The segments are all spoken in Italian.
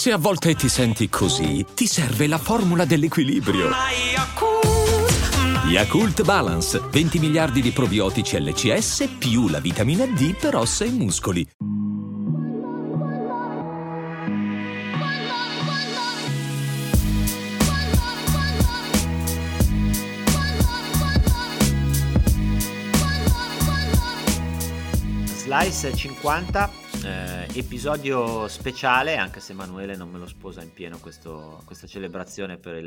Se a volte ti senti così, ti serve la formula dell'equilibrio. Yakult Balance, 20 miliardi di probiotici LCS più la vitamina D per ossa e muscoli. Slice 50, episodio speciale, anche se Emanuele non me lo sposa in pieno questa celebrazione per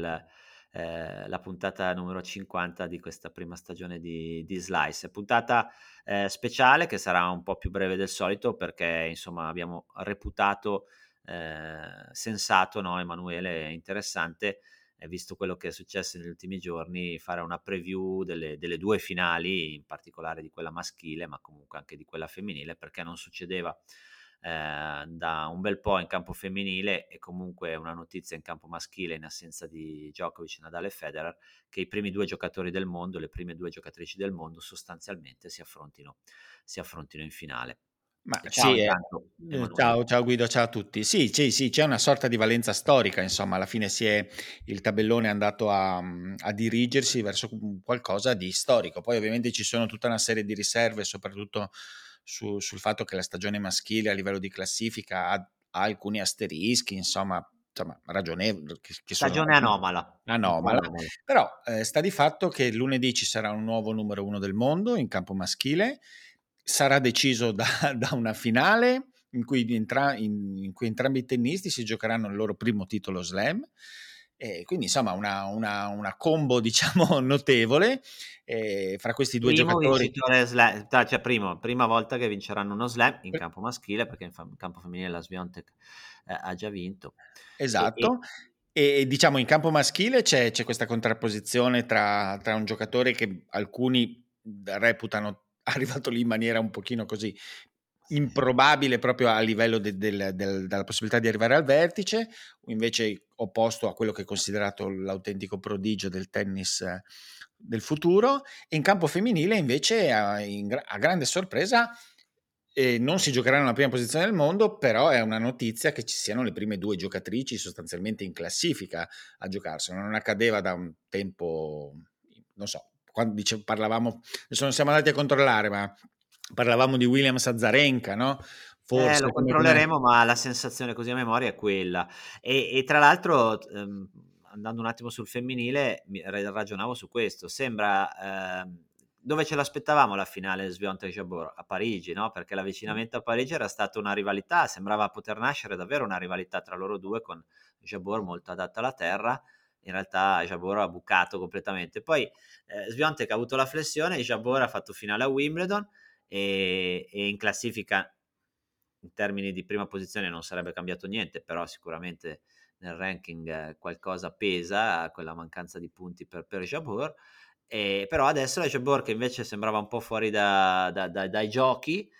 la puntata numero 50 di questa prima stagione di Slice. Puntata speciale che sarà un po' più breve del solito perché insomma abbiamo reputato sensato, no, Emanuele, interessante, visto quello che è successo negli ultimi giorni, fare una preview delle due finali, in particolare di quella maschile, ma comunque anche di quella femminile, perché non succedeva da un bel po' in campo femminile, e comunque una notizia in campo maschile, in assenza di Djokovic, Nadal e Federer, che i primi due giocatori del mondo, le prime due giocatrici del mondo sostanzialmente si affrontino in finale. Ma Ciao sì, intanto, Emanuele. ciao Guido, ciao a tutti. Sì, c'è una sorta di valenza storica, insomma, alla fine il tabellone è andato a dirigersi verso qualcosa di storico. Poi ovviamente ci sono tutta una serie di riserve, soprattutto sul fatto che la stagione maschile a livello di classifica ha alcuni asterischi, insomma ragionevoli, che sono Stagione anomala. anomala. Però sta di fatto che lunedì ci sarà un nuovo numero uno del mondo in campo maschile. Sarà deciso da una finale in cui entrambi i tennisti si giocheranno il loro primo titolo slam, e quindi insomma una combo diciamo notevole fra questi due giocatori. Vincitore slam, cioè prima volta che vinceranno uno slam in campo maschile, perché in campo femminile la Swiatek ha già vinto. Esatto. E diciamo in campo maschile c'è questa contrapposizione tra un giocatore che alcuni reputano arrivato lì in maniera un pochino così improbabile proprio a livello della possibilità di arrivare al vertice, invece opposto a quello che è considerato l'autentico prodigio del tennis del futuro. E in campo femminile invece a grande sorpresa non si giocherà nella prima posizione del mondo, però è una notizia che ci siano le prime due giocatrici sostanzialmente in classifica a giocarselo. Non accadeva da un tempo, non so, quando parlavamo, adesso non siamo andati a controllare, ma parlavamo di Williams Azarenka, no? Forse lo controlleremo, ma la sensazione così a memoria è quella. E tra l'altro, andando un attimo sul femminile, ragionavo su questo. Sembra dove ce l'aspettavamo la finale Swiatek-Jabeur? A Parigi, no? Perché l'avvicinamento a Parigi era stata una rivalità, sembrava poter nascere davvero una rivalità tra loro due, con Jabeur molto adatta alla terra. In realtà Jabeur ha bucato completamente. Poi Swiatek ha avuto la flessione, Jabeur ha fatto finale a Wimbledon, e in classifica in termini di prima posizione non sarebbe cambiato niente, però sicuramente nel ranking qualcosa pesa, quella mancanza di punti per Jabeur. Però adesso la Jabeur, che invece sembrava un po' fuori dai giochi,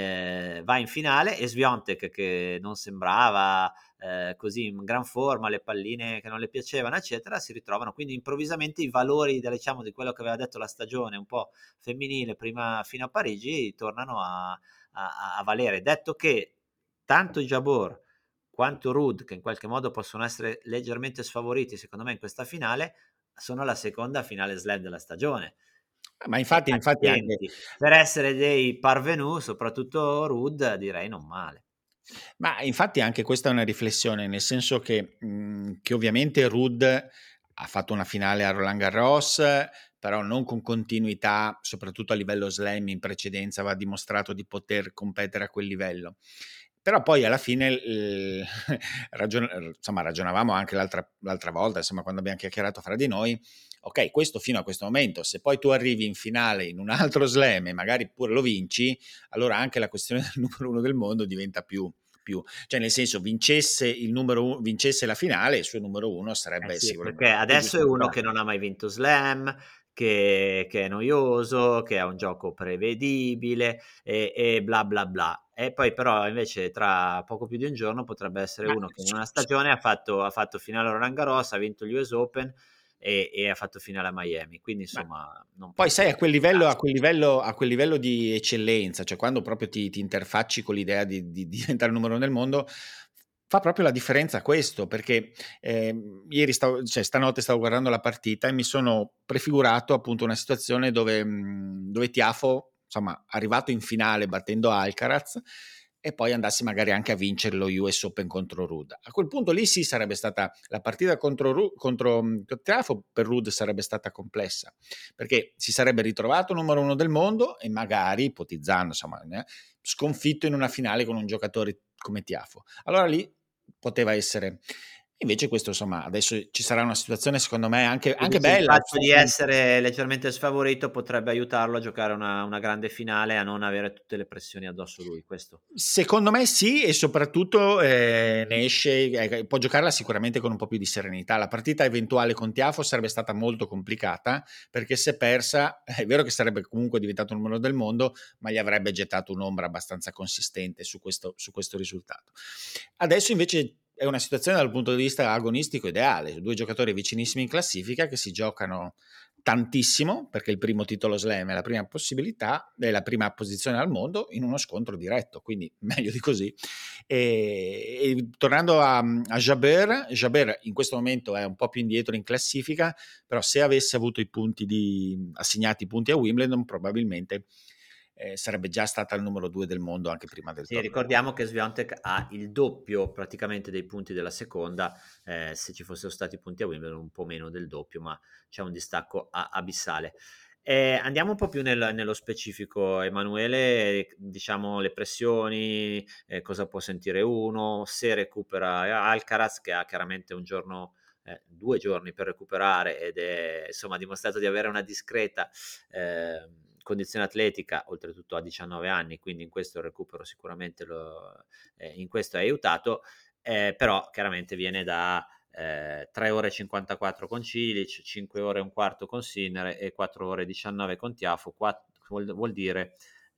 va in finale, e Swiatek, che non sembrava così in gran forma, le palline che non le piacevano eccetera, si ritrovano. Quindi improvvisamente i valori diciamo di quello che aveva detto la stagione un po' femminile prima fino a Parigi tornano a valere. Detto che tanto Jabeur quanto Ruud, che in qualche modo possono essere leggermente sfavoriti secondo me in questa finale, sono la seconda finale slam della stagione. Ma infatti anche per essere dei parvenu, soprattutto Ruud, direi non male. Ma infatti anche questa è una riflessione, nel senso che ovviamente Ruud ha fatto una finale a Roland Garros, però non con continuità, soprattutto a livello slam. In precedenza aveva dimostrato di poter competere a quel livello. Però poi alla fine ragionavamo anche l'altra volta, insomma, quando abbiamo chiacchierato fra di noi. Ok, questo fino a questo momento. Se poi tu arrivi in finale in un altro slam e magari pure lo vinci, allora anche la questione del numero uno del mondo diventa più, cioè nel senso, vincesse la finale, il suo numero uno sarebbe sì, sicuramente, perché adesso è uno che non ha mai vinto slam, che è noioso, che ha un gioco prevedibile e bla bla bla. E poi però invece tra poco più di un giorno potrebbe essere uno che in una stagione ha fatto finale a Roland Garros, ha vinto gli US Open e ha fatto finale a Miami. Quindi insomma non poi sai, a quel livello di eccellenza, cioè quando proprio ti interfacci con l'idea di diventare il numero uno del mondo, fa proprio la differenza questo, perché ieri stanotte stavo guardando la partita e mi sono prefigurato appunto una situazione dove Tiafoe, insomma, arrivato in finale battendo Alcaraz e poi andasse magari anche a vincere lo US Open contro Ruud. A quel punto lì sì sarebbe stata la partita contro Tiafoe, per Ruud sarebbe stata complessa, perché si sarebbe ritrovato numero uno del mondo e magari, ipotizzando, insomma, sconfitto in una finale con un giocatore come Tiafoe. Allora lì poteva essere. Invece questo, insomma, adesso ci sarà una situazione secondo me anche Dici, il bella. fatto di essere leggermente sfavorito potrebbe aiutarlo a giocare una grande finale e a non avere tutte le pressioni addosso lui, questo? Secondo me sì, e soprattutto ne esce, può giocarla sicuramente con un po' più di serenità. La partita eventuale con Tiafoe sarebbe stata molto complicata, perché se persa, è vero che sarebbe comunque diventato il numero del mondo, ma gli avrebbe gettato un'ombra abbastanza consistente su questo risultato. Adesso invece è una situazione dal punto di vista agonistico ideale, due giocatori vicinissimi in classifica che si giocano tantissimo, perché il primo titolo slam è la prima possibilità, è la prima posizione al mondo in uno scontro diretto, quindi meglio di così. E tornando a Jabeur in questo momento è un po' più indietro in classifica, però se avesse avuto assegnati i punti a Wimbledon probabilmente sarebbe già stata il numero 2 del mondo anche prima del torneo. Ricordiamo che Swiatek ha il doppio praticamente dei punti della seconda, se ci fossero stati punti a Wimbledon un po' meno del doppio, ma c'è un distacco abissale. Andiamo un po' più nello specifico, Emanuele, diciamo le pressioni, cosa può sentire uno, se recupera Alcaraz, che ha chiaramente un giorno, 2 giorni per recuperare ed è insomma dimostrato di avere una discreta condizione atletica, oltretutto a 19 anni, quindi in questo il recupero sicuramente in questo è aiutato, però chiaramente viene da 3 ore e 54 con Cilic, 5 ore e un quarto con Sinner e 4 ore e 19 con Tiafoe, vuol dire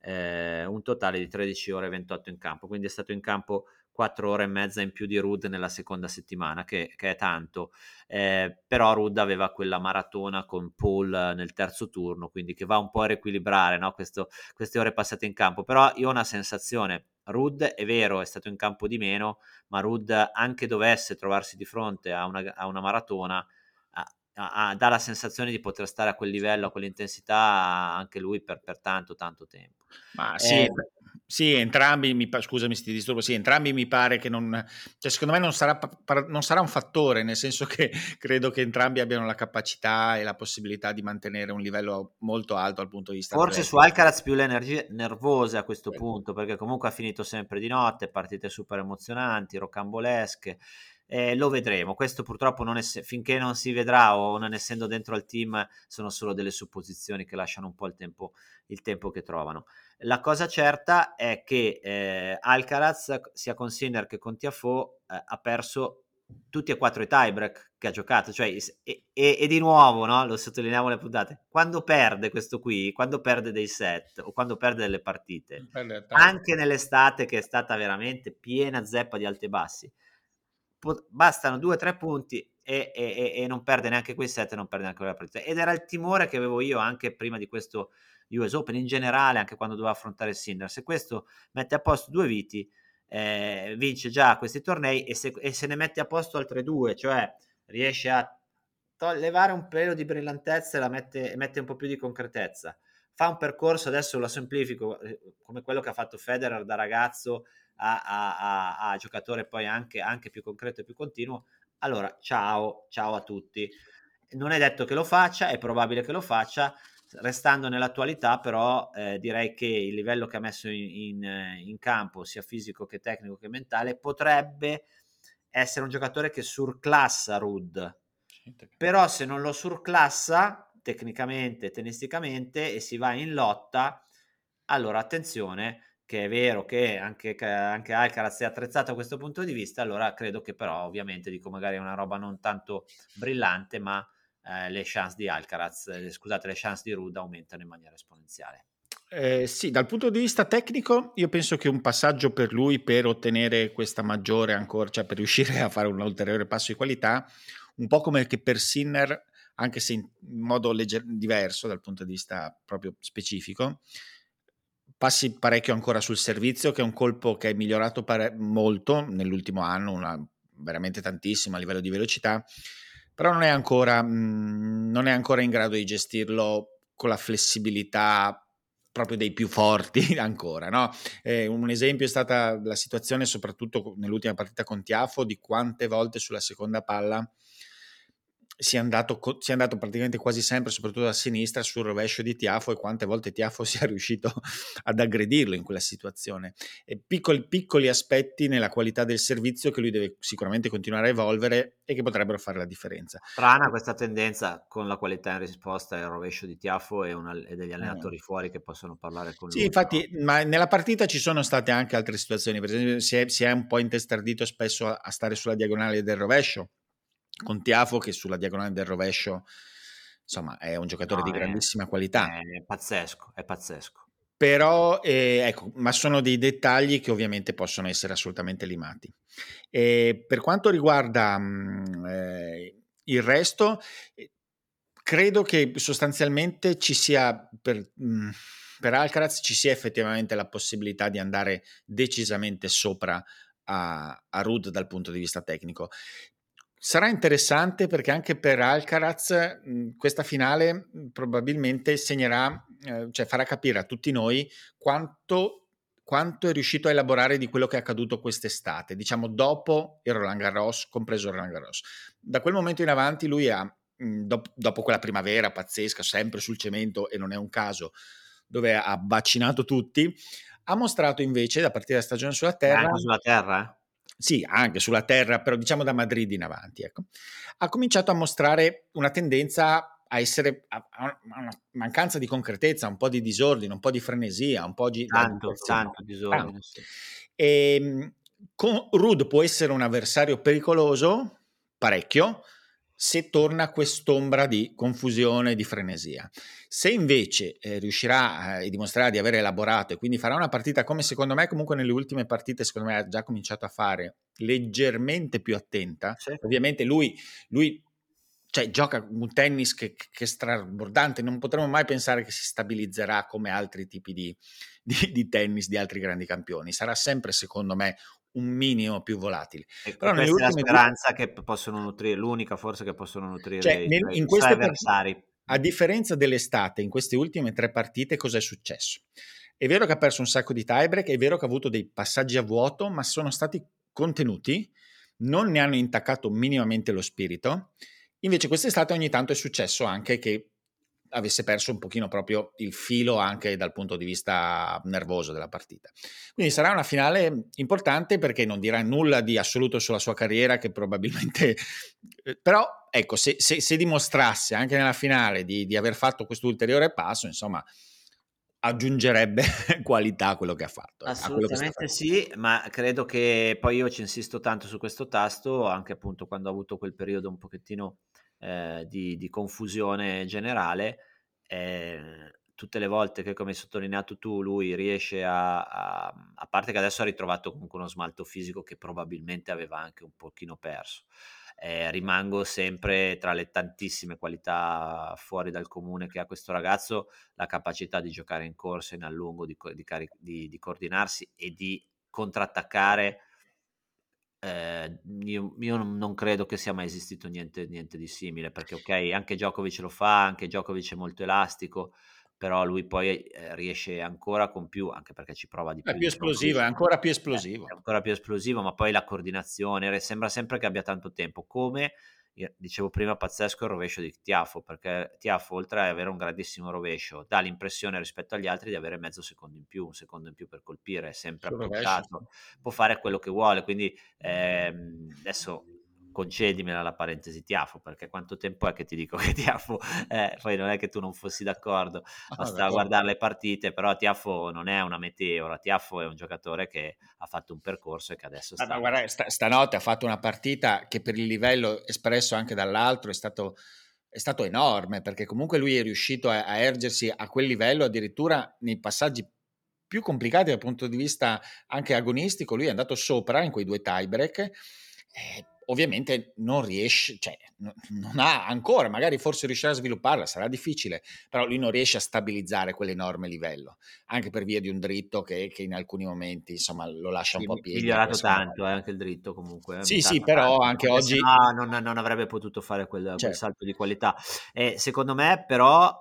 un totale di 13 ore e 28 in campo, quindi è stato in campo 4 ore e mezza in più di Ruud nella seconda settimana, che è tanto, però Ruud aveva quella maratona con Paul nel terzo turno, quindi che va un po' a riequilibrare, no? Queste ore passate in campo, però io ho una sensazione, Ruud è vero, è stato in campo di meno, ma Ruud anche dovesse trovarsi di fronte a una maratona, dà la sensazione di poter stare a quel livello, a quell'intensità anche lui per tanto tempo. Ma sì, sì, entrambi scusami se ti disturbo, sì, entrambi mi pare che cioè secondo me non sarà un fattore, nel senso che credo che entrambi abbiano la capacità e la possibilità di mantenere un livello molto alto dal punto di vista Forse su atletico. Alcaraz più le energie nervose a questo punto, perché comunque ha finito sempre di notte, partite super emozionanti, rocambolesche. Lo vedremo. Questo purtroppo finché non si vedrà o non essendo dentro al team sono solo delle supposizioni che lasciano un po' il tempo che trovano. La cosa certa è che Alcaraz, sia con Sinner che con Tiafoe, ha perso tutti e 4 i tiebreak che ha giocato, cioè, e di nuovo, no? Lo sottolineiamo le puntate, quando perde questo qui, quando perde dei set o quando perde delle partite, anche nell'estate che è stata veramente piena zeppa di alti e bassi, bastano 2-3 punti e non perde neanche quei set, non perde neanche quella partita, ed era il timore che avevo io anche prima di questo US Open, in generale anche quando doveva affrontare Sinner. Se questo mette a posto 2 viti, vince già questi tornei, e se ne mette a posto altre 2, cioè riesce a levare un pelo di brillantezza e mette un po' più di concretezza, fa un percorso, adesso lo semplifico, come quello che ha fatto Federer da ragazzo a giocatore poi anche più concreto e più continuo, allora ciao a tutti. Non è detto che lo faccia, è probabile che lo faccia, restando nell'attualità, però direi che il livello che ha messo in campo, sia fisico che tecnico che mentale, potrebbe essere un giocatore che surclassa Ruud, però se non lo surclassa tecnicamente, tennisticamente, e si va in lotta, allora attenzione, che è vero che anche Alcaraz è attrezzato a questo punto di vista, allora credo che però, ovviamente, dico magari è una roba non tanto brillante, ma le chance di Alcaraz, le chance di Ruud aumentano in maniera esponenziale. Sì, dal punto di vista tecnico, io penso che un passaggio per lui per ottenere questa maggiore ancora, cioè per riuscire a fare un ulteriore passo di qualità, un po' come che per Sinner, anche se in modo diverso dal punto di vista proprio specifico, passi parecchio ancora sul servizio, che è un colpo che è migliorato molto nell'ultimo anno, veramente tantissimo a livello di velocità, però non è ancora in grado di gestirlo con la flessibilità proprio dei più forti ancora, no? Un esempio è stata la situazione soprattutto nell'ultima partita con Tiafo, di quante volte sulla seconda palla si è andato praticamente quasi sempre, soprattutto da sinistra, sul rovescio di Tiafo, e quante volte Tiafo sia riuscito ad aggredirlo in quella situazione. E piccoli aspetti nella qualità del servizio che lui deve sicuramente continuare a evolvere e che potrebbero fare la differenza. Strana questa tendenza con la qualità in risposta e il rovescio di Tiafo e degli allenatori fuori che possono parlare con Sì, lui. infatti, ma nella partita ci sono state anche altre situazioni, per esempio si è un po' intestardito spesso a stare sulla diagonale del rovescio, con Tiafo che sulla diagonale del rovescio, insomma, è un giocatore No, di grandissima qualità. è pazzesco, è pazzesco. Però, ecco, ma sono dei dettagli che ovviamente possono essere assolutamente limati. Per quanto riguarda il resto, credo che sostanzialmente ci sia per Alcaraz ci sia effettivamente la possibilità di andare decisamente sopra a Ruud dal punto di vista tecnico. Sarà interessante perché anche per Alcaraz questa finale probabilmente segnerà, cioè farà capire a tutti noi quanto è riuscito a elaborare di quello che è accaduto quest'estate, diciamo dopo il Roland Garros, compreso il Roland Garros. Da quel momento in avanti lui ha, dopo quella primavera pazzesca, sempre sul cemento, e non è un caso, dove ha bacinato tutti, ha mostrato invece, da partire da stagione sulla terra, Anche sulla terra? sì, anche sulla terra, però diciamo da Madrid in avanti, ecco, ha cominciato a mostrare una tendenza a essere a una mancanza di concretezza, un po' di disordine, un po' di frenesia, un po' di agitazione. Tanto disordine, sì. Con Ruud può essere un avversario pericoloso, parecchio, se torna quest'ombra di confusione, di frenesia. Se invece riuscirà e dimostrerà di aver elaborato, e quindi farà una partita come secondo me comunque nelle ultime partite secondo me ha già cominciato a fare, leggermente più attenta, Sì. ovviamente lui cioè, gioca un tennis che è strabordante, non potremmo mai pensare che si stabilizzerà come altri tipi di tennis di altri grandi campioni, sarà sempre secondo me un minimo più volatile. E Però nelle questa è la ultime speranza che possono nutrire, l'unica forse che possono nutrire cioè, i in suoi queste partite, avversari. a differenza dell'estate, in queste ultime 3 partite cosa è successo? È vero che ha perso un sacco di tiebreak, è vero che ha avuto dei passaggi a vuoto, ma sono stati contenuti, non ne hanno intaccato minimamente lo spirito. Invece quest'estate ogni tanto è successo anche che avesse perso un pochino proprio il filo anche dal punto di vista nervoso della partita. Quindi sarà una finale importante perché non dirà nulla di assoluto sulla sua carriera, che probabilmente però ecco, se dimostrasse anche nella finale di aver fatto questo ulteriore passo, insomma, aggiungerebbe qualità a quello che ha fatto, a quello che sta Assolutamente facendo. sì, ma credo che poi io ci insisto tanto su questo tasto, anche appunto quando ho avuto quel periodo un pochettino di confusione generale, tutte le volte che, come hai sottolineato tu, lui riesce a parte che adesso ha ritrovato comunque uno smalto fisico che probabilmente aveva anche un pochino perso. Rimango sempre tra le tantissime qualità fuori dal comune che ha questo ragazzo, la capacità di giocare in corsa, in allungo, di coordinarsi e di contrattaccare. Io non credo che sia mai esistito niente di simile, perché ok, anche Djokovic lo fa, anche Djokovic è molto elastico, però lui poi riesce ancora con più, anche perché ci prova di È più più di esplosivo, è Djokovic, ancora più è esplosivo. ancora più esplosivo, ma poi la coordinazione sembra sempre che abbia tanto tempo, come dicevo prima, pazzesco il rovescio di Tiafo, perché Tiafo, oltre ad avere un grandissimo rovescio, dà l'impressione rispetto agli altri di avere mezzo secondo in più, un secondo in più per colpire, è sempre Sul rovescio. appoggiato, può fare quello che vuole, quindi adesso concedimela la parentesi Tiafo, perché quanto tempo è che ti dico che Tiafo, poi non è che tu non fossi d'accordo, basta guardare le partite, però Tiafo non è una meteora, Tiafo è un giocatore che ha fatto un percorso e che adesso Ma sta... guarda, stanotte ha fatto una partita che per il livello espresso anche dall'altro è stato enorme, perché comunque lui è riuscito a ergersi a quel livello addirittura nei passaggi più complicati dal punto di vista anche agonistico. Lui è andato sopra in quei 2 tiebreak, ovviamente non riesce, cioè non ha ancora, magari forse riuscirà a svilupparla, sarà difficile, però lui non riesce a stabilizzare quell'enorme livello, anche per via di un dritto che in alcuni momenti insomma lo lascia un Sì, po' a piedi. migliorato tanto anche il dritto comunque, Sì, sì, mutato però tanto, anche perché se oggi, no non avrebbe potuto fare quel cioè, salto di qualità. Secondo me però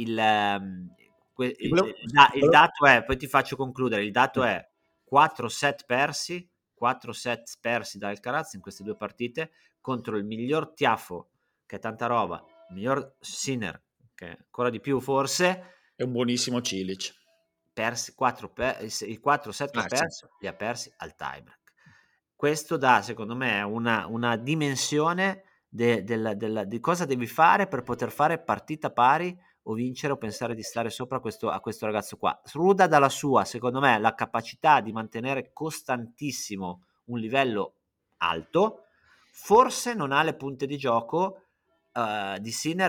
il volevo- dato è, poi ti faccio concludere, il dato è 4 set persi, 4 set persi da Alcaraz in queste 2 partite contro il miglior Tiafo, che è tanta roba, il miglior Sinner, che è ancora di più forse, è un buonissimo Cilic. i 4 set che ha Sì. perso li ha persi al tiebreak. Questo dà, secondo me, una dimensione di cosa devi fare per poter fare partita pari o vincere o pensare di stare sopra a questo ragazzo qua. Ruda dalla sua, secondo me, la capacità di mantenere costantissimo un livello alto, forse non ha le punte di gioco di Sinner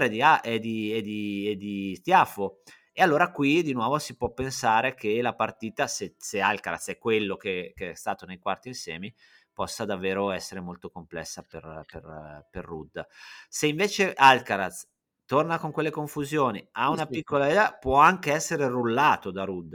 e di Tiafo. E allora qui di nuovo si può pensare che la partita, se Alcaraz è quello che è stato nei quarti in semi, possa davvero essere molto complessa per Rudd. Se invece Alcaraz torna con quelle confusioni, ha Sì, una sì. piccola idea, può anche essere rullato da Rudd,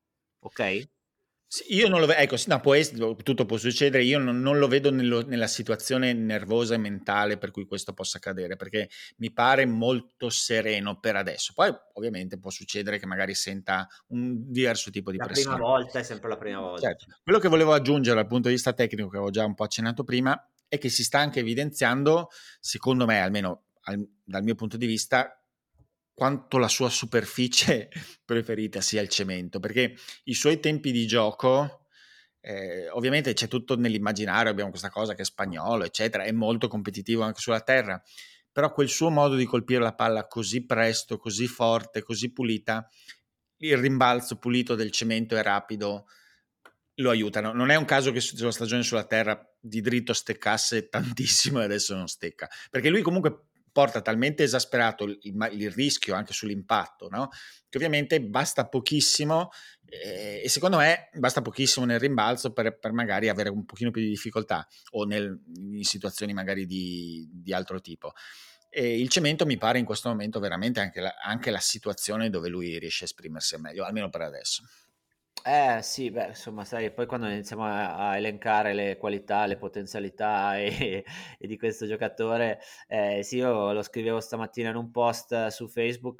ok? Sì, io non lo vedo, ecco, sì, no, tutto può succedere, io non lo vedo nella situazione nervosa e mentale per cui questo possa accadere, perché mi pare molto sereno per adesso. Poi ovviamente può succedere che magari senta un diverso tipo di La prima pressione. volta è sempre la prima volta. Certo. Quello che volevo aggiungere dal punto di vista tecnico, che avevo già un po' accennato prima, è che si sta anche evidenziando, secondo me, almeno dal mio punto di vista, quanto la sua superficie preferita sia il cemento, perché i suoi tempi di gioco, ovviamente c'è tutto nell'immaginario, abbiamo questa cosa che è spagnolo, eccetera, è molto competitivo anche sulla terra, però quel suo modo di colpire la palla così presto, così forte, così pulita, il rimbalzo pulito del cemento e rapido lo aiutano. Non è un caso che sulla stagione sulla terra di dritto steccasse tantissimo e adesso non stecca, perché lui comunque porta talmente esasperato il rischio anche sull'impatto, no? Che ovviamente basta pochissimo e secondo me basta pochissimo nel rimbalzo per magari avere un pochino più di difficoltà o in situazioni magari di altro tipo. E il cemento mi pare in questo momento veramente anche la situazione dove lui riesce a esprimersi meglio, almeno per adesso. Sì, beh, insomma, sai, poi quando iniziamo a elencare le qualità, le potenzialità e di questo giocatore, sì, io lo scrivevo stamattina in un post su Facebook,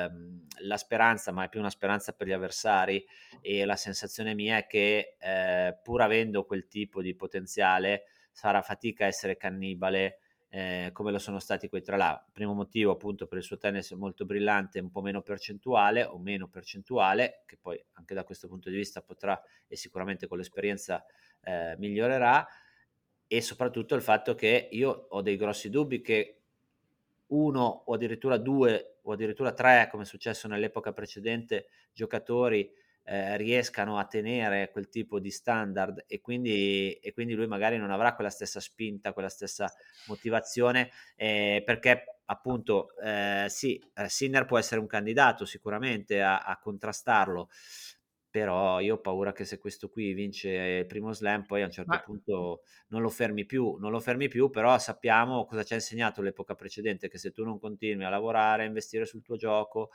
la speranza, ma è più una speranza per gli avversari, e la sensazione mia è che pur avendo quel tipo di potenziale, farà fatica a essere cannibale come lo sono stati quei tre là. Primo motivo appunto per il suo tennis molto brillante, un po' meno percentuale o meno percentuale, che poi anche da questo punto di vista potrà e sicuramente con l'esperienza migliorerà, e soprattutto il fatto che io ho dei grossi dubbi che uno o addirittura due o addirittura tre, come è successo nell'epoca precedente, giocatori riescano a tenere quel tipo di standard e quindi lui magari non avrà quella stessa spinta, quella stessa motivazione, perché appunto sì, Sinner può essere un candidato sicuramente a contrastarlo, però io ho paura che se questo qui vince il primo slam poi a un certo Ma punto non lo fermi più, però sappiamo cosa ci ha insegnato l'epoca precedente, che se tu non continui a lavorare, a investire sul tuo gioco,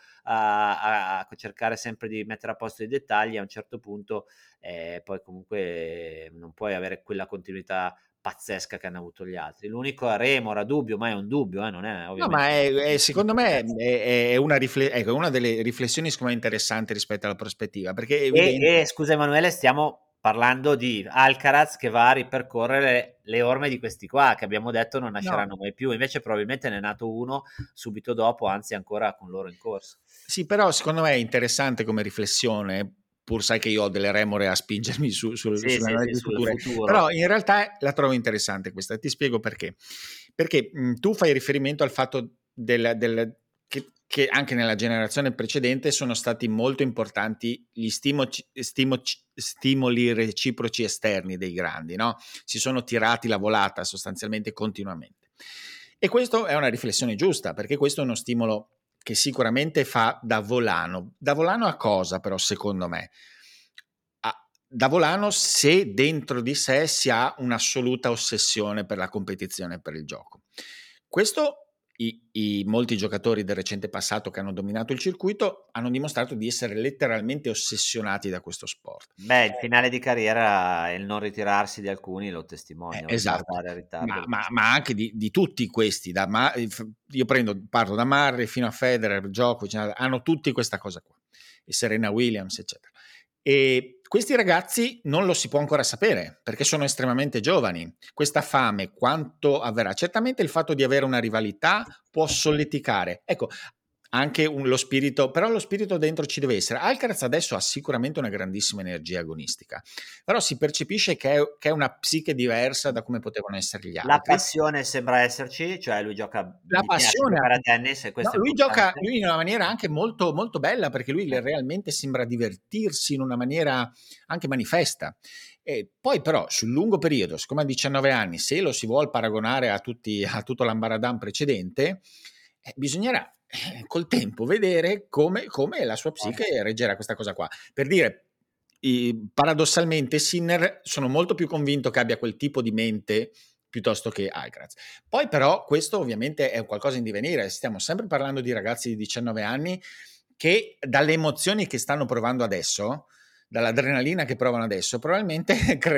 a cercare sempre di mettere a posto i dettagli, a un certo punto poi comunque non puoi avere quella continuità pazzesca che hanno avuto gli altri. L'unico remora, dubbio, ma è un dubbio, non è no, ma ovviamente secondo me è ecco, una delle riflessioni secondo me interessanti rispetto alla prospettiva, perché è evidente. Scusa Emanuele, stiamo parlando di Alcaraz che va a ripercorrere le orme di questi qua, che abbiamo detto non No, nasceranno mai più, invece probabilmente ne è nato uno subito dopo, anzi ancora con loro in corsa. sì, però secondo me è interessante come riflessione, pur sai che io ho delle remore a spingermi Sì, sulle sì, sì, analisi sul future, futuro. però in realtà la trovo interessante questa, ti spiego perché. Perché tu fai riferimento al fatto che anche nella generazione precedente sono stati molto importanti gli stimoli reciproci esterni dei grandi, no? Si sono tirati la volata sostanzialmente continuamente. E questo è una riflessione giusta, perché questo è uno stimolo che sicuramente fa da volano. Da volano a cosa però, secondo me? da volano se dentro di sé si ha un'assoluta ossessione per la competizione e per il gioco. Questo i molti giocatori del recente passato che hanno dominato il circuito hanno dimostrato di essere letteralmente ossessionati da questo sport. Beh, il finale di carriera e il non ritirarsi di alcuni lo testimonia, o il Esatto, guardare il ritardo lo ma anche di tutti questi, io parlo da Murray fino a Federer, Djokovic, hanno tutti questa cosa qua, e Serena Williams, eccetera. E questi ragazzi non lo si può ancora sapere perché sono estremamente giovani. Questa fame quanto avverrà? Certamente il fatto di avere una rivalità può solleticare. Ecco, anche lo spirito, però lo spirito dentro ci deve essere. Alcaraz adesso ha sicuramente una grandissima energia agonistica, però si percepisce che è una psiche diversa da come potevano essere gli La altri. passione sembra esserci, cioè lui La gli piace passione, giocare a tennis e no, questo è importante. lui in una maniera anche molto, molto bella, perché lui realmente sembra divertirsi in una maniera anche manifesta. E poi però sul lungo periodo, siccome ha 19 anni, se lo si vuole paragonare a tutto l'ambaradan precedente, bisognerà col tempo vedere come la sua psiche reggerà questa cosa qua. Per dire, paradossalmente Sinner sono molto più convinto che abbia quel tipo di mente piuttosto che Alcaraz. Poi però questo ovviamente è qualcosa in divenire, stiamo sempre parlando di ragazzi di 19 anni che dalle emozioni che stanno provando adesso, dall'adrenalina che provano adesso, probabilmente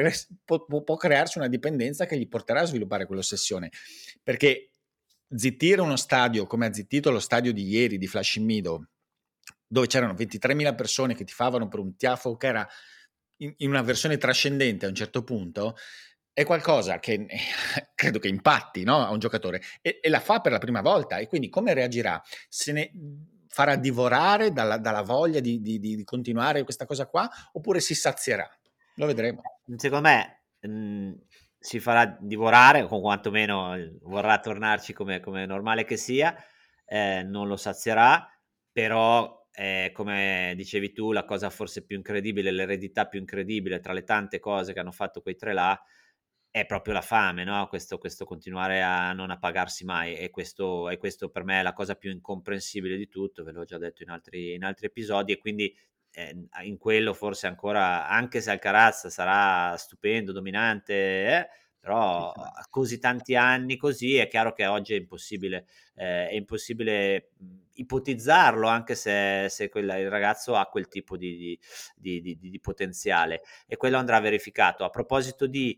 può crearsi una dipendenza che gli porterà a sviluppare quell'ossessione, perché zittire uno stadio come ha zittito lo stadio di ieri di Flushing Meadow, dove c'erano 23.000 persone che tifavano per un tiafo che era in una versione trascendente a un certo punto, è qualcosa che credo che impatti, no, a un giocatore e la fa per la prima volta, e quindi come reagirà? Se ne farà divorare dalla voglia di continuare questa cosa qua, oppure si sazierà? Lo vedremo. Secondo me si farà divorare, o quantomeno vorrà tornarci come normale che sia, non lo sazierà, però come dicevi tu, la cosa forse più incredibile, l'eredità più incredibile tra le tante cose che hanno fatto quei tre là, è proprio la fame, no? Questo continuare a non appagarsi mai, e questo per me è la cosa più incomprensibile di tutto, ve l'ho già detto in altri episodi, e quindi in quello forse ancora, anche se Alcaraz sarà stupendo, dominante, però a così tanti anni così, è chiaro che oggi è impossibile ipotizzarlo, anche se il ragazzo ha quel tipo di potenziale, e quello andrà verificato. A proposito di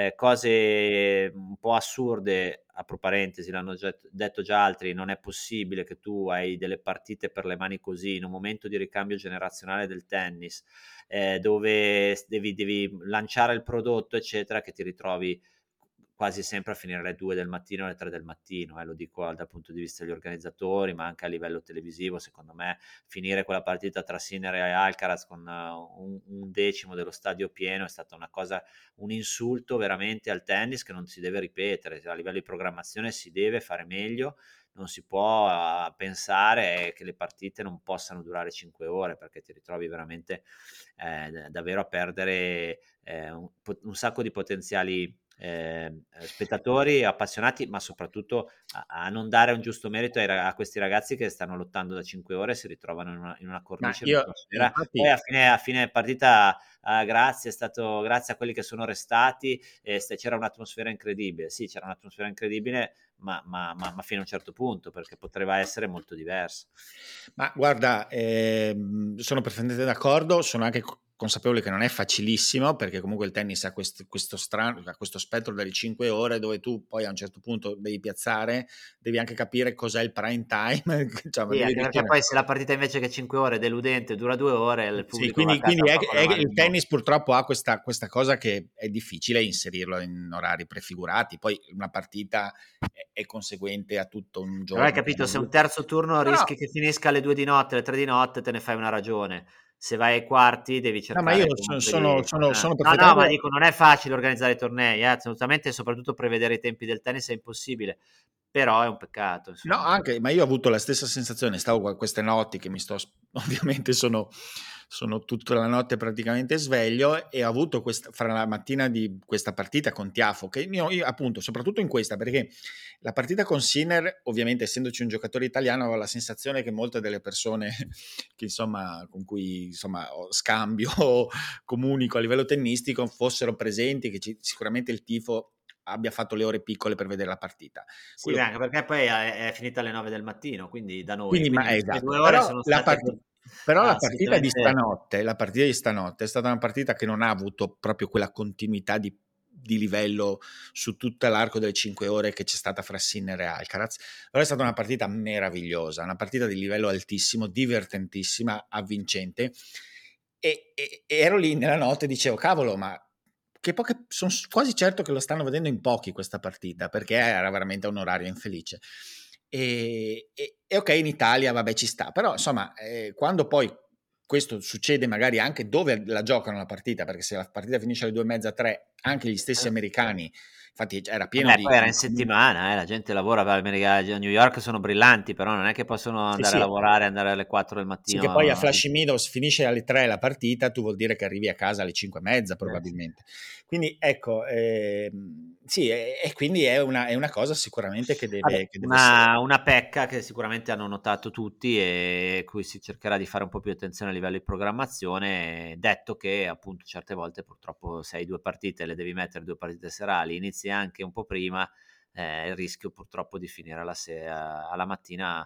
cose un po' assurde, apro parentesi, l'hanno detto già altri, non è possibile che tu hai delle partite per le mani così, in un momento di ricambio generazionale del tennis, dove devi lanciare il prodotto, eccetera, che ti ritrovi quasi sempre a finire alle 2 del mattino, alle 3 del mattino, lo dico dal punto di vista degli organizzatori, ma anche a livello televisivo. Secondo me finire quella partita tra Sinner e Alcaraz con un decimo dello stadio pieno è stata una cosa, un insulto veramente al tennis che non si deve ripetere. A livello di programmazione si deve fare meglio, non si può pensare che le partite non possano durare 5 ore, perché ti ritrovi veramente davvero a perdere un sacco di potenziali spettatori appassionati, ma soprattutto a non dare un giusto merito a questi ragazzi che stanno lottando da 5 ore e si ritrovano in una cornice, in un'atmosfera. Poi a fine partita grazie a quelli che sono restati, c'era un'atmosfera incredibile. Sì, c'era un'atmosfera incredibile, ma fino a un certo punto, perché poteva essere molto diverso. Ma guarda, sono perfettamente d'accordo, sono anche consapevole che non è facilissimo, perché comunque il tennis ha questo spettro delle 5 ore dove tu poi a un certo punto devi piazzare, devi anche capire cos'è il prime time. Cioè, sì, anche perché poi se la partita invece che 5 ore è deludente, dura 2 ore, il pubblico va a casa il tennis purtroppo ha questa cosa che è difficile inserirlo in orari prefigurati, poi una partita è conseguente a tutto un giorno. Però hai capito, se un terzo turno rischi che finisca alle 2 di notte, alle 3 di notte, te ne fai una ragione. Se vai ai quarti devi cercare. No, ma io sono perfettamente. No, ma dico, non è facile organizzare i tornei, assolutamente, soprattutto prevedere i tempi del tennis è impossibile, però è un peccato, insomma. No, anche, ma io ho avuto la stessa sensazione, stavo con queste notti che ovviamente sono sono tutta la notte praticamente sveglio e ho avuto fra la mattina di questa partita con Tiafo, che io appunto, soprattutto in questa, perché la partita con Sinner, ovviamente essendoci un giocatore italiano, avevo la sensazione che molte delle persone che, insomma, con cui insomma ho scambio o comunico a livello tennistico fossero presenti, che sicuramente il tifo abbia fatto le ore piccole per vedere la partita. Sì, beh, anche perché poi è finita alle 9 del mattino, quindi da noi, Quindi, quindi le prime esatto, 2 ore sono state però la partita di assolutamente stanotte, è stata una partita che non ha avuto proprio quella continuità di livello su tutto l'arco delle 5 ore che c'è stata fra Sinner e Alcaraz, però è stata una partita meravigliosa, una partita di livello altissimo, divertentissima, avvincente, e ero lì nella notte e dicevo, cavolo, ma sono quasi certo che lo stanno vedendo in pochi questa partita, perché era veramente un orario infelice. E ok, in Italia vabbè ci sta, però insomma quando poi questo succede magari anche dove la giocano la partita, perché se la partita finisce alle 2:30, 3, anche gli stessi americani, infatti era pieno vabbè, poi era in di settimana, la gente lavora, a New York sono brillanti, però non è che possono sì, andare a sì. lavorare, andare alle 4 del Sì, che poi a mattino. Flushing Meadows finisce alle 3 la partita, tu vuol dire che arrivi a casa alle 5:30 Sì. probabilmente. Quindi ecco, sì, e quindi è una cosa sicuramente Vabbè, che deve essere. una pecca che sicuramente hanno notato tutti e cui si cercherà di fare un po' più attenzione a livello di programmazione, detto che appunto certe volte purtroppo se hai 2 partite, le devi mettere 2 partite serali, inizi anche un po' prima, il rischio purtroppo di finire alla mattina,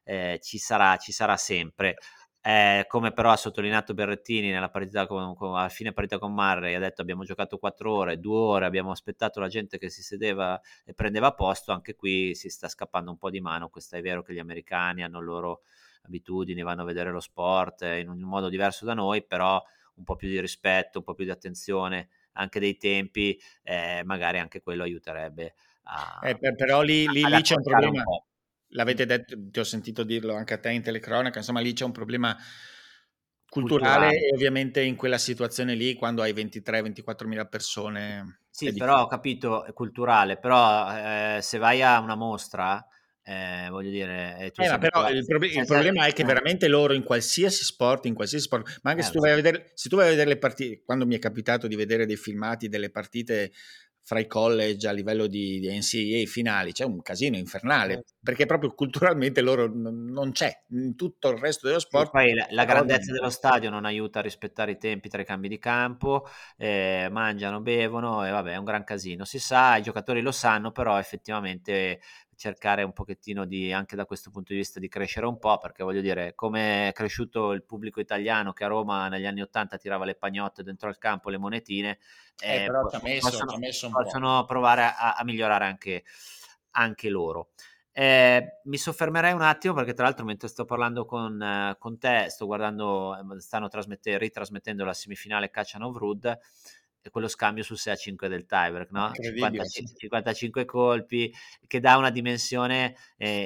ci sarà sempre. Come però ha sottolineato Berrettini nella partita a fine partita con Murray, ha detto abbiamo giocato 4 ore, 2 ore, abbiamo aspettato la gente che si sedeva e prendeva posto, anche qui si sta scappando un po' di mano. Questo è vero che gli americani hanno le loro abitudini, vanno a vedere lo sport in un modo diverso da noi, però un po' più di rispetto, un po' più di attenzione, anche dei tempi, magari anche quello aiuterebbe Però ad lì c'è un accorciare un problema, po'. l'avete detto, ti ho sentito dirlo anche a te in telecronaca, insomma lì c'è un problema culturale Culturale. e ovviamente in quella situazione lì, quando hai 23-24 mila persone, è Sì, però ho difficile. capito, è culturale, però se vai a una mostra, voglio dire, e tu sei Ma però abituato, il problema è che veramente loro in qualsiasi sport, ma anche se lo tu so. vai a vedere le partite, quando mi è capitato di vedere dei filmati delle partite fra i college a livello di NCAA finali, c'è un casino infernale, perché proprio culturalmente loro non c'è, in tutto il resto dello Sì, sport poi la questa cosa grandezza dello stadio non aiuta a rispettare i tempi tra i cambi di campo, mangiano, bevono e vabbè è un gran casino. Si sa, i giocatori lo sanno, però effettivamente cercare un pochettino di anche da questo punto di vista di crescere un po', perché voglio dire, come è cresciuto il pubblico italiano che a Roma negli anni '80 tirava le pagnotte dentro al campo, le monetine, però ci ha messo un po'. possono provare a migliorare anche loro. Mi soffermerei un attimo perché tra l'altro mentre sto parlando con te sto guardando, stanno ritrasmettendo la semifinale Khachanov-Ruud e quello scambio sul 6-5 del tiebreak, no? Incredibile, sì. 55 colpi, che dà una dimensione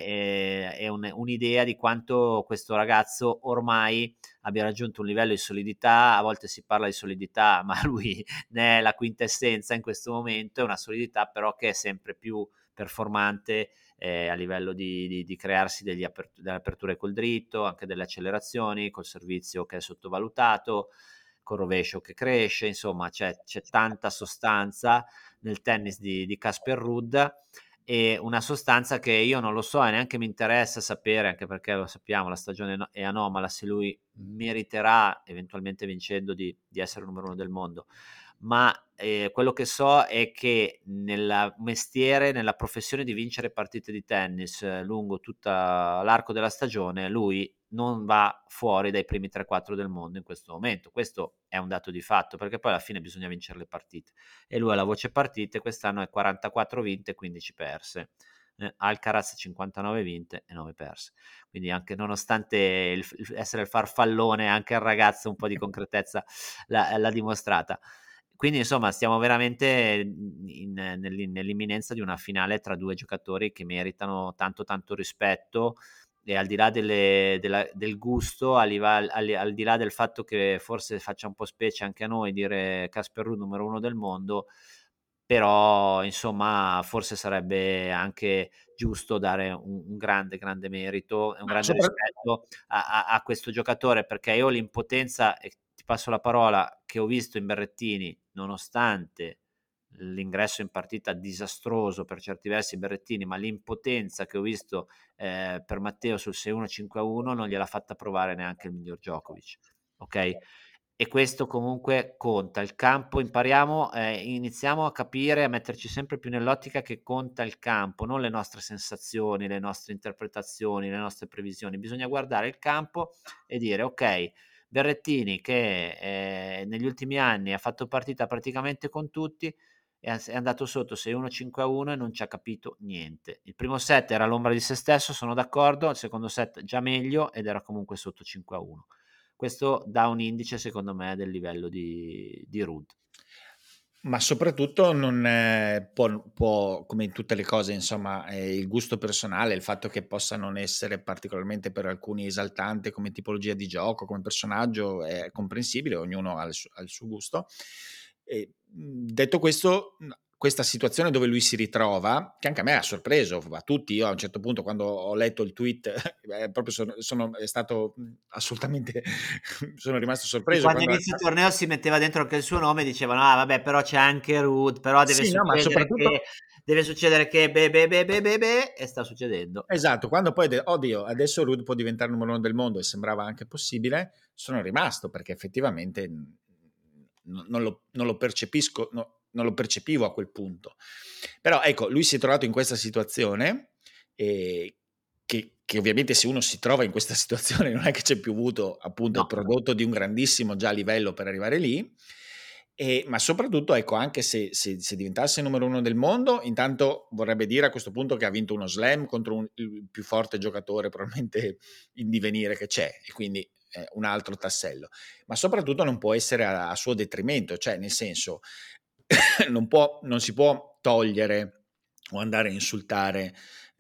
e un'idea di quanto questo ragazzo ormai abbia raggiunto un livello di solidità. A volte si parla di solidità, ma lui ne è la quintessenza in questo momento, è una solidità però che è sempre più performante a livello di crearsi delle aperture col dritto, anche delle accelerazioni, col servizio che è sottovalutato, col rovescio che cresce, insomma c'è tanta sostanza nel tennis di Casper Ruud e una sostanza che io non lo so e neanche mi interessa sapere, anche perché lo sappiamo, la stagione è anomala, se lui meriterà, eventualmente vincendo, di essere il numero 1 del mondo. Ma quello che so è che nel mestiere, nella professione di vincere partite di tennis lungo tutta l'arco della stagione, lui non va fuori dai primi 3-4 del mondo in questo momento. Questo è un dato di fatto, perché poi alla fine bisogna vincere le partite. E lui ha la voce partite, quest'anno è 44 vinte e 15 perse. Alcaraz 59 vinte e 9 perse. Quindi anche nonostante essere il farfallone, anche il ragazzo un po' di concretezza l'ha dimostrata. Quindi insomma stiamo veramente nell'imminenza di una finale tra due giocatori che meritano tanto tanto rispetto e al di là del gusto, al di là del fatto che forse faccia un po' specie anche a noi dire Casper Ruud numero 1 del mondo, però insomma forse sarebbe anche giusto dare un grande, grande merito e un Ma grande sopra rispetto a questo giocatore, perché io ho l'impotenza, e ti passo la parola, che ho visto in Berrettini, nonostante l'ingresso in partita disastroso per certi versi Berrettini, ma l'impotenza che ho visto per Matteo sul 6-1, 5-1 non gliel'ha fatta provare neanche il miglior Djokovic, ok? E questo comunque conta. Il campo impariamo, iniziamo a capire, a metterci sempre più nell'ottica che conta il campo, non le nostre sensazioni, le nostre interpretazioni, le nostre previsioni. Bisogna guardare il campo e dire ok, Berrettini che negli ultimi anni ha fatto partita praticamente con tutti, è andato sotto 6-1, 5-1 e non ci ha capito niente. Il primo set era l'ombra di se stesso, sono d'accordo, il secondo set già meglio ed era comunque sotto 5-1. Questo dà un indice, secondo me, del livello di Ruud. Ma soprattutto non può, come in tutte le cose, insomma, il gusto personale, il fatto che possa non essere particolarmente per alcuni esaltante come tipologia di gioco, come personaggio, è comprensibile, ognuno ha il suo gusto. E, detto questo, questa situazione dove lui si ritrova, che anche a me ha sorpreso, a tutti, io a un certo punto quando ho letto il tweet, proprio è stato assolutamente, sono rimasto E sorpreso quando quando... inizia il torneo si metteva dentro anche il suo nome e dicevano: ah, vabbè, però c'è anche Ruud, però Sì, no, ma soprattutto... deve succedere che be, be, be, be, be, be, e sta succedendo. Esatto, quando poi oddio, adesso Ruud può diventare il numero uno del mondo e sembrava anche possibile, sono rimasto perché effettivamente non lo percepisco, non lo percepivo a quel punto. Però ecco, lui si è trovato in questa situazione e che ovviamente se uno si trova in questa situazione non è che c'è più avuto appunto il No, prodotto di un grandissimo già livello per arrivare lì. Ma soprattutto, ecco, anche se diventasse il numero uno del mondo, intanto vorrebbe dire a questo punto che ha vinto uno slam contro il più forte giocatore probabilmente in divenire che c'è, e quindi un altro tassello. Ma soprattutto non può essere a suo detrimento, cioè nel senso non si può togliere o andare a insultare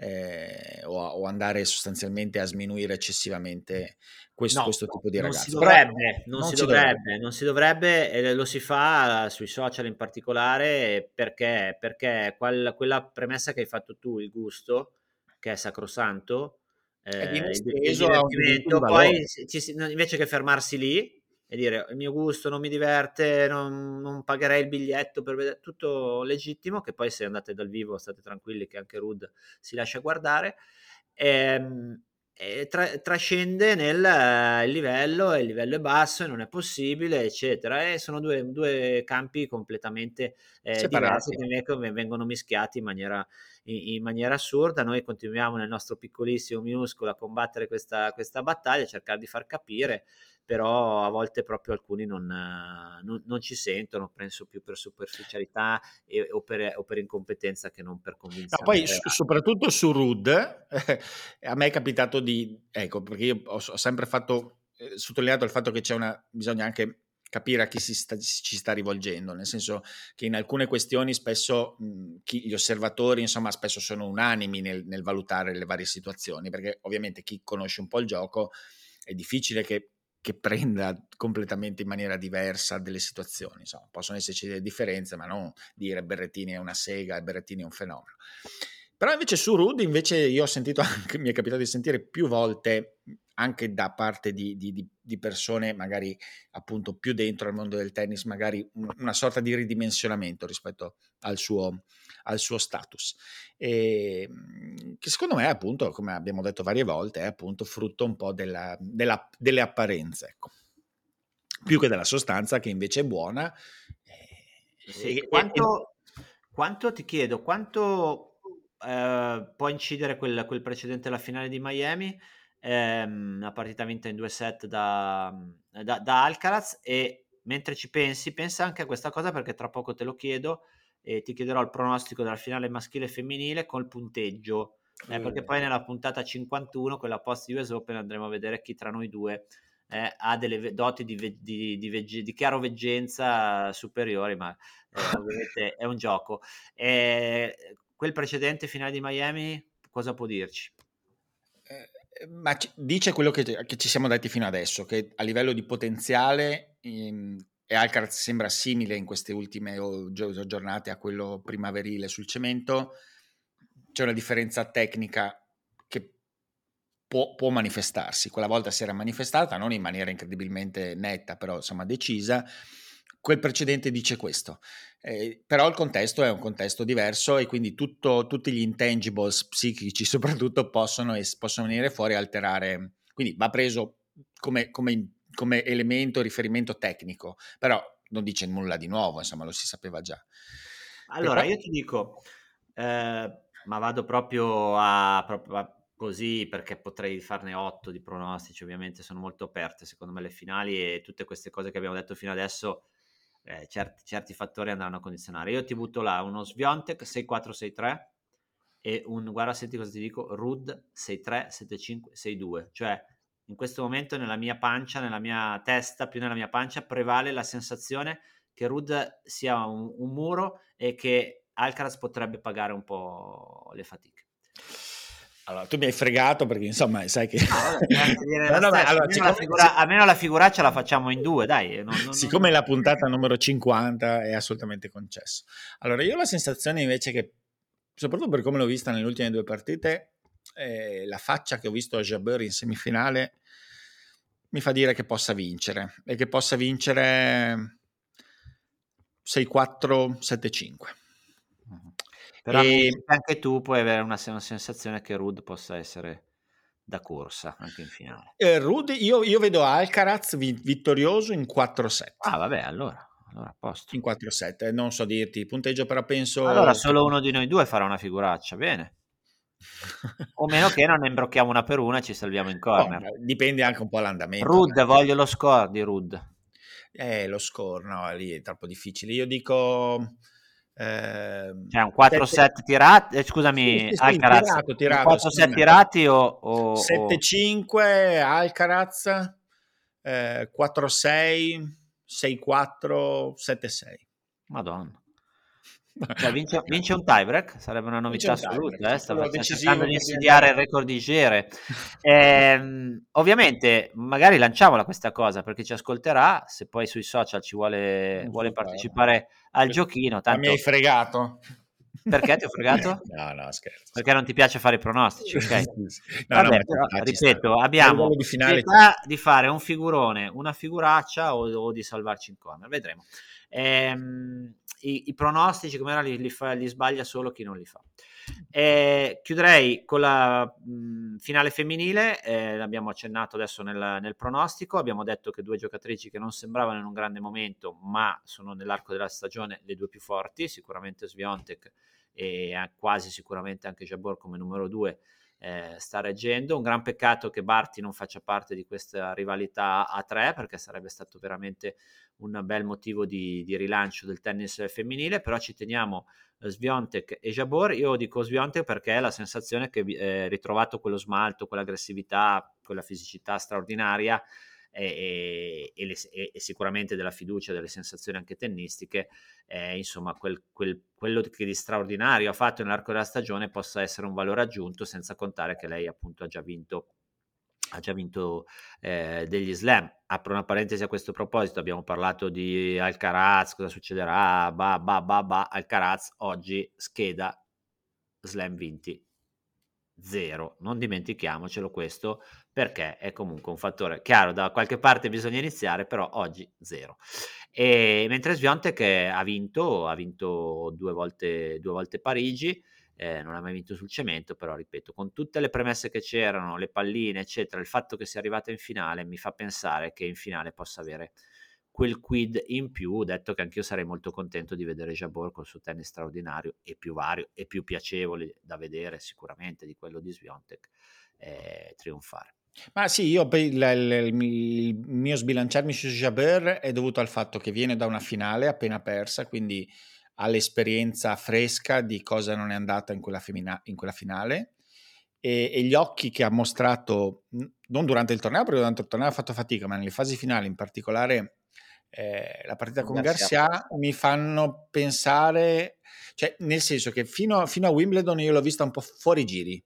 o andare sostanzialmente a sminuire eccessivamente no, questo tipo di non si ragazzo. Però dovrebbe, non non si si dovrebbe. dovrebbe, non si dovrebbe, e lo si fa sui social in particolare perché quella premessa che hai fatto tu, il gusto, che è sacrosanto, E viene il esteso a un giudizio di divertimento, valore. poi invece che fermarsi lì e dire il mio gusto non mi diverte, non pagherei il biglietto per vedere, tutto legittimo, che poi se andate dal vivo state tranquilli che anche Ruud si lascia guardare. Ehm, trascende nel il livello è basso e non è possibile, eccetera. E sono due campi completamente diversi Separati. che vengono mischiati in maniera assurda. Noi continuiamo nel nostro piccolissimo minuscolo a combattere questa battaglia, a cercare di far capire, però a volte proprio alcuni non ci sentono, penso più per superficialità o per incompetenza che non per No, convinzione poi reale. soprattutto su Ruud, a me è capitato di, ecco, perché io ho sempre sottolineato il fatto che bisogna anche capire a chi ci sta rivolgendo, nel senso che in alcune questioni spesso gli osservatori, insomma, spesso sono unanimi nel valutare le varie situazioni, perché ovviamente chi conosce un po' il gioco è difficile che prenda completamente in maniera diversa delle situazioni. Insomma, possono esserci delle differenze, ma non dire Berrettini è una sega e Berrettini è un fenomeno. Però invece su Ruud, invece io ho sentito anche, mi è capitato di sentire più volte anche da parte di persone magari appunto più dentro al mondo del tennis, magari una sorta di ridimensionamento rispetto al suo status. Che secondo me appunto, come abbiamo detto varie volte, è appunto frutto un po' delle apparenze, ecco, più che della sostanza che invece è buona. Sì, E quanto ti chiedo, quanto può incidere quel precedente alla finale di Miami, una partita vinta in 2 set da Alcaraz, e mentre ci pensa anche a questa cosa perché tra poco te lo chiedo e ti chiederò il pronostico della finale maschile e femminile col punteggio, perché poi nella puntata 51, quella post US Open, andremo a vedere chi tra noi due ha delle doti di chiaroveggenza superiori, ma ovviamente è un gioco. Quel precedente finale di Miami, cosa può dirci? Ma dice quello che ci siamo detti fino adesso, che a livello di potenziale e Alcaraz sembra simile in queste ultime giornate a quello primaverile sul cemento, c'è una differenza tecnica che può manifestarsi. Quella volta si era manifestata, non in maniera incredibilmente netta, però insomma decisa. Quel precedente dice questo, però il contesto è un contesto diverso e quindi tutti gli intangibles psichici soprattutto possono venire fuori e alterare, quindi va preso come elemento, riferimento tecnico, però non dice nulla di nuovo, insomma lo si sapeva già. Allora, io ti dico, ma vado proprio a così, perché potrei farne 8 di pronostici, ovviamente sono molto aperte secondo me le finali e tutte queste cose che abbiamo detto fino adesso, certi fattori andranno a condizionare. Io ti butto là uno Swiatek 6-4-6-3 e guarda, senti cosa ti dico, Ruud 6-3, 7-5, 6-2, cioè in questo momento nella mia pancia, nella mia testa, più nella mia pancia, prevale la sensazione che Ruud sia un muro e che Alcaraz potrebbe pagare un po' le fatiche. Allora, tu mi hai fregato perché insomma sai che... Almeno la figuraccia la facciamo in due, dai. Siccome la puntata numero 50 è assolutamente concesso. Allora, io ho la sensazione invece che, soprattutto per come l'ho vista nelle ultime 2 partite, la faccia che ho visto a Jabeur in semifinale mi fa dire che possa vincere e che possa vincere 6-4, 7-5. Però anche tu puoi avere una sensazione che Ruud possa essere da corsa anche in finale. Ruud, io vedo Alcaraz vittorioso in 4-7. Ah, vabbè, allora a posto. In 4-7, non so dirti il punteggio, però penso... Allora solo uno di noi due farà una figuraccia, bene. O meno che non ne imbrocchiamo una per una e ci salviamo in corner. No, dipende anche un po' dall'andamento. Ruud, voglio lo score di Ruud. Lo score, no, lì è troppo difficile. Io dico... Cioè un 4-7 tirati, scusami, sì, Alcaraz, tirato, 4-7 tirati o 7-5 Alcaraz, 4-6, 6-4, 7-6. Madonna. Cioè vince un tiebreak, sarebbe una novità assoluta, sta cercando di insidiare il record di Gere. Ovviamente magari lanciamola questa cosa per chi ci ascolterà, se poi sui social ci vuole partecipare al giochino, tanto... Ma mi hai fregato. Perché ti ho fregato? No, scherzo. Perché non ti piace fare i pronostici, ok? Vabbè, però, ripeto, abbiamo possibilità di fare un figurone, una figuraccia o di salvarci in corner, vedremo. I pronostici come era li sbaglia solo chi non li fa. Chiuderei con la finale femminile, l'abbiamo accennato adesso nel pronostico, abbiamo detto che 2 giocatrici che non sembravano in un grande momento ma sono nell'arco della stagione le 2 più forti, sicuramente Swiatek e quasi sicuramente anche Jabeur come numero 2 sta reggendo. Un gran peccato che Barty non faccia parte di questa rivalità a 3 perché sarebbe stato veramente un bel motivo di rilancio del tennis femminile, però ci teniamo Swiatek e Jabeur. Io dico Swiatek perché è la sensazione che ritrovato quello smalto, quell'aggressività, quella fisicità straordinaria e sicuramente della fiducia, delle sensazioni anche tennistiche, insomma quello che di straordinario ha fatto nell'arco della stagione possa essere un valore aggiunto, senza contare che lei appunto ha già vinto degli slam. Apro una parentesi a questo proposito, abbiamo parlato di Alcaraz, cosa succederà, Alcaraz oggi scheda slam vinti 0, non dimentichiamocelo questo, perché è comunque un fattore chiaro, da qualche parte bisogna iniziare, però oggi 0. E mentre Swiatek ha vinto 2 volte Parigi, non ha mai vinto sul cemento, però ripeto, con tutte le premesse che c'erano, le palline eccetera, il fatto che sia arrivata in finale mi fa pensare che in finale possa avere quel quid in più, detto che anch'io sarei molto contento di vedere Jabeur col suo tennis straordinario e più vario e più piacevole da vedere sicuramente di quello di Swiatek trionfare. Ma sì, io il mio sbilanciarmi su Jabeur è dovuto al fatto che viene da una finale appena persa, quindi ha l'esperienza fresca di cosa non è andata in quella finale e gli occhi che ha mostrato non durante il torneo, perché durante il torneo ha fatto fatica, ma nelle fasi finali in particolare la partita con Garcia mi fanno pensare, cioè nel senso che fino a Wimbledon io l'ho vista un po' fuori giri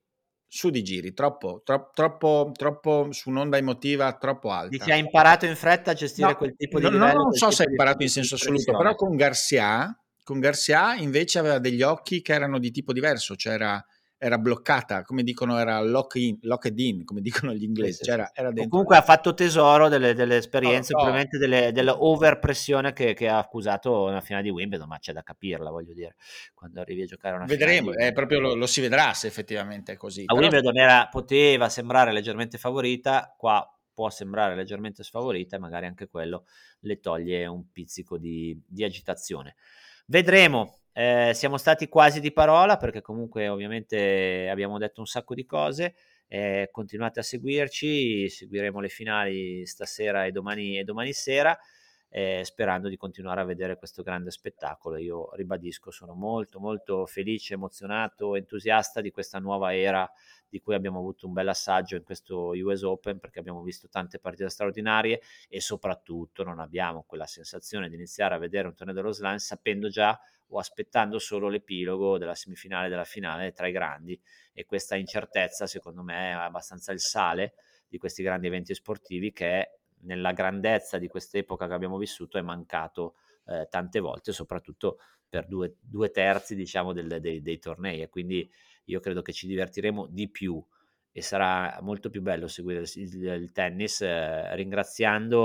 su di giri, troppo su un'onda emotiva troppo alta. Dici, ha imparato in fretta a gestire quel tipo di livello? Non so se ha imparato in senso assoluto, però con Garcia invece aveva degli occhi che erano di tipo diverso, cioè era bloccata, come dicono, era locked in, come dicono gli inglesi. Sì. Era dentro. Comunque ha fatto tesoro delle esperienze, probabilmente dell'overpressione che ha accusato nella finale di Wimbledon, ma c'è da capirla, voglio dire, quando arrivi a giocare una Vedremo, finale. proprio lo si vedrà se effettivamente è così. A Wimbledon poteva sembrare leggermente favorita, qua può sembrare leggermente sfavorita e magari anche quello le toglie un pizzico di agitazione. Vedremo. Siamo stati quasi di parola perché comunque ovviamente abbiamo detto un sacco di cose. Continuate a seguirci, seguiremo le finali stasera e domani sera, sperando di continuare a vedere questo grande spettacolo. Io ribadisco, sono molto molto felice, emozionato, entusiasta di questa nuova era di cui abbiamo avuto un bel assaggio in questo US Open, perché abbiamo visto tante partite straordinarie e soprattutto non abbiamo quella sensazione di iniziare a vedere un torneo dello slam sapendo già o aspettando solo l'epilogo della semifinale della finale tra i grandi, e questa incertezza secondo me è abbastanza il sale di questi grandi eventi sportivi che nella grandezza di quest'epoca che abbiamo vissuto è mancato tante volte, soprattutto per due terzi diciamo dei tornei, e quindi io credo che ci divertiremo di più e sarà molto più bello seguire il tennis, ringraziando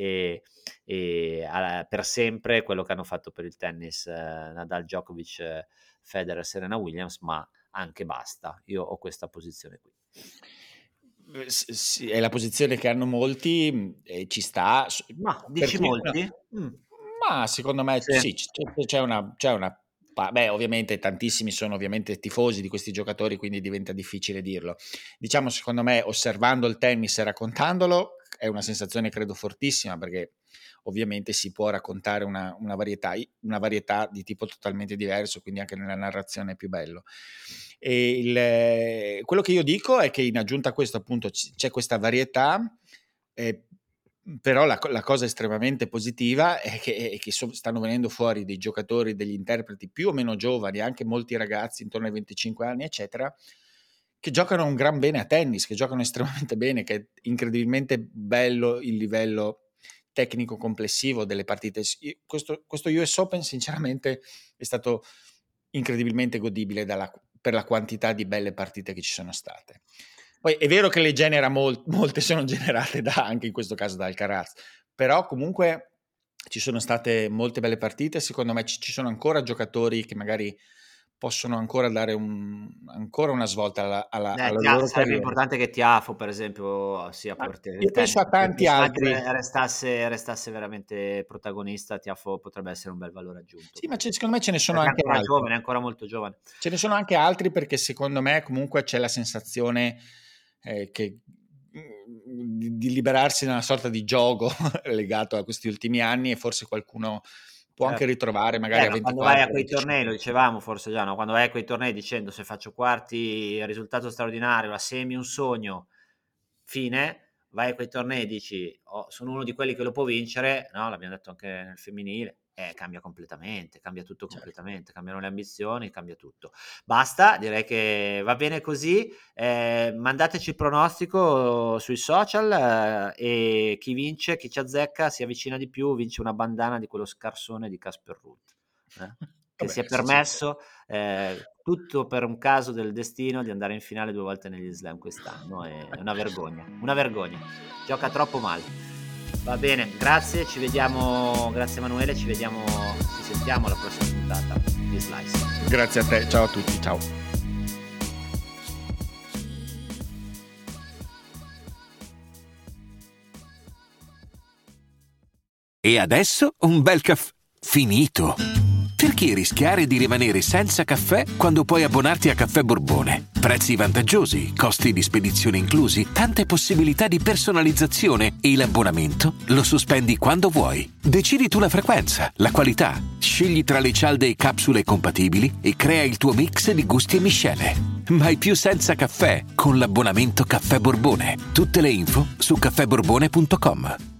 per sempre quello che hanno fatto per il tennis Nadal, Djokovic, Federer, Serena Williams, ma anche basta. Io ho questa posizione qui. Sì, è la posizione che hanno molti e ci sta. Ma dici molti? Ma secondo me sì, c'è una ovviamente tantissimi sono ovviamente tifosi di questi giocatori, quindi diventa difficile dirlo. Diciamo, secondo me, osservando il tennis e raccontandolo è una sensazione credo fortissima, perché ovviamente si può raccontare una varietà di tipo totalmente diverso, quindi anche nella narrazione è più bello. E quello che io dico è che in aggiunta a questo appunto c'è questa varietà, però la cosa estremamente positiva è che stanno venendo fuori dei giocatori, degli interpreti più o meno giovani, anche molti ragazzi intorno ai 25 anni eccetera, che giocano un gran bene a tennis, che giocano estremamente bene, che è incredibilmente bello il livello tecnico complessivo delle partite. Questo US Open sinceramente è stato incredibilmente godibile per la quantità di belle partite che ci sono state. Poi è vero che le genera molte sono generate anche in questo caso da Alcaraz, però comunque ci sono state molte belle partite. Secondo me ci sono ancora giocatori che magari possono ancora dare ancora una svolta alla loro sarebbe carriera. importante che Tiafoe per esempio sia portiere. Io penso a tanti altri. Restasse veramente protagonista. Tiafoe potrebbe essere un bel valore aggiunto. Sì, ma secondo me ce ne sono anche altri. Giovane, ancora molto giovane. Ce ne sono anche altri, perché secondo me comunque c'è la sensazione di liberarsi da una sorta di giogo legato a questi ultimi anni, e forse qualcuno può anche ritrovare magari a 24, quando vai a quei tornei, lo dicevamo forse già, no? Quando vai a quei tornei dicendo se faccio quarti risultato straordinario, la semi un sogno, fine, vai a quei tornei e dici sono uno di quelli che lo può vincere, no? L'abbiamo detto anche nel femminile, cambia completamente, cambia tutto completamente, cambiano le ambizioni, cambia tutto. Basta, direi che va bene così. Mandateci il pronostico sui social e chi vince, chi ci azzecca, si avvicina di più, vince una bandana di quello scarsone di Casper Ruud, che si è permesso tutto per un caso del destino di andare in finale 2 volte negli slam quest'anno. È una vergogna, gioca troppo male. Va bene, grazie, ci vediamo, grazie Emanuele, ci sentiamo alla prossima puntata di Slice. Grazie a te, ciao a tutti, ciao. E adesso un bel caffè finito. Perché rischiare di rimanere senza caffè quando puoi abbonarti a Caffè Borbone? Prezzi vantaggiosi, costi di spedizione inclusi, tante possibilità di personalizzazione e l'abbonamento lo sospendi quando vuoi. Decidi tu la frequenza, la qualità, scegli tra le cialde e capsule compatibili e crea il tuo mix di gusti e miscele. Mai più senza caffè con l'abbonamento Caffè Borbone. Tutte le info su caffèborbone.com.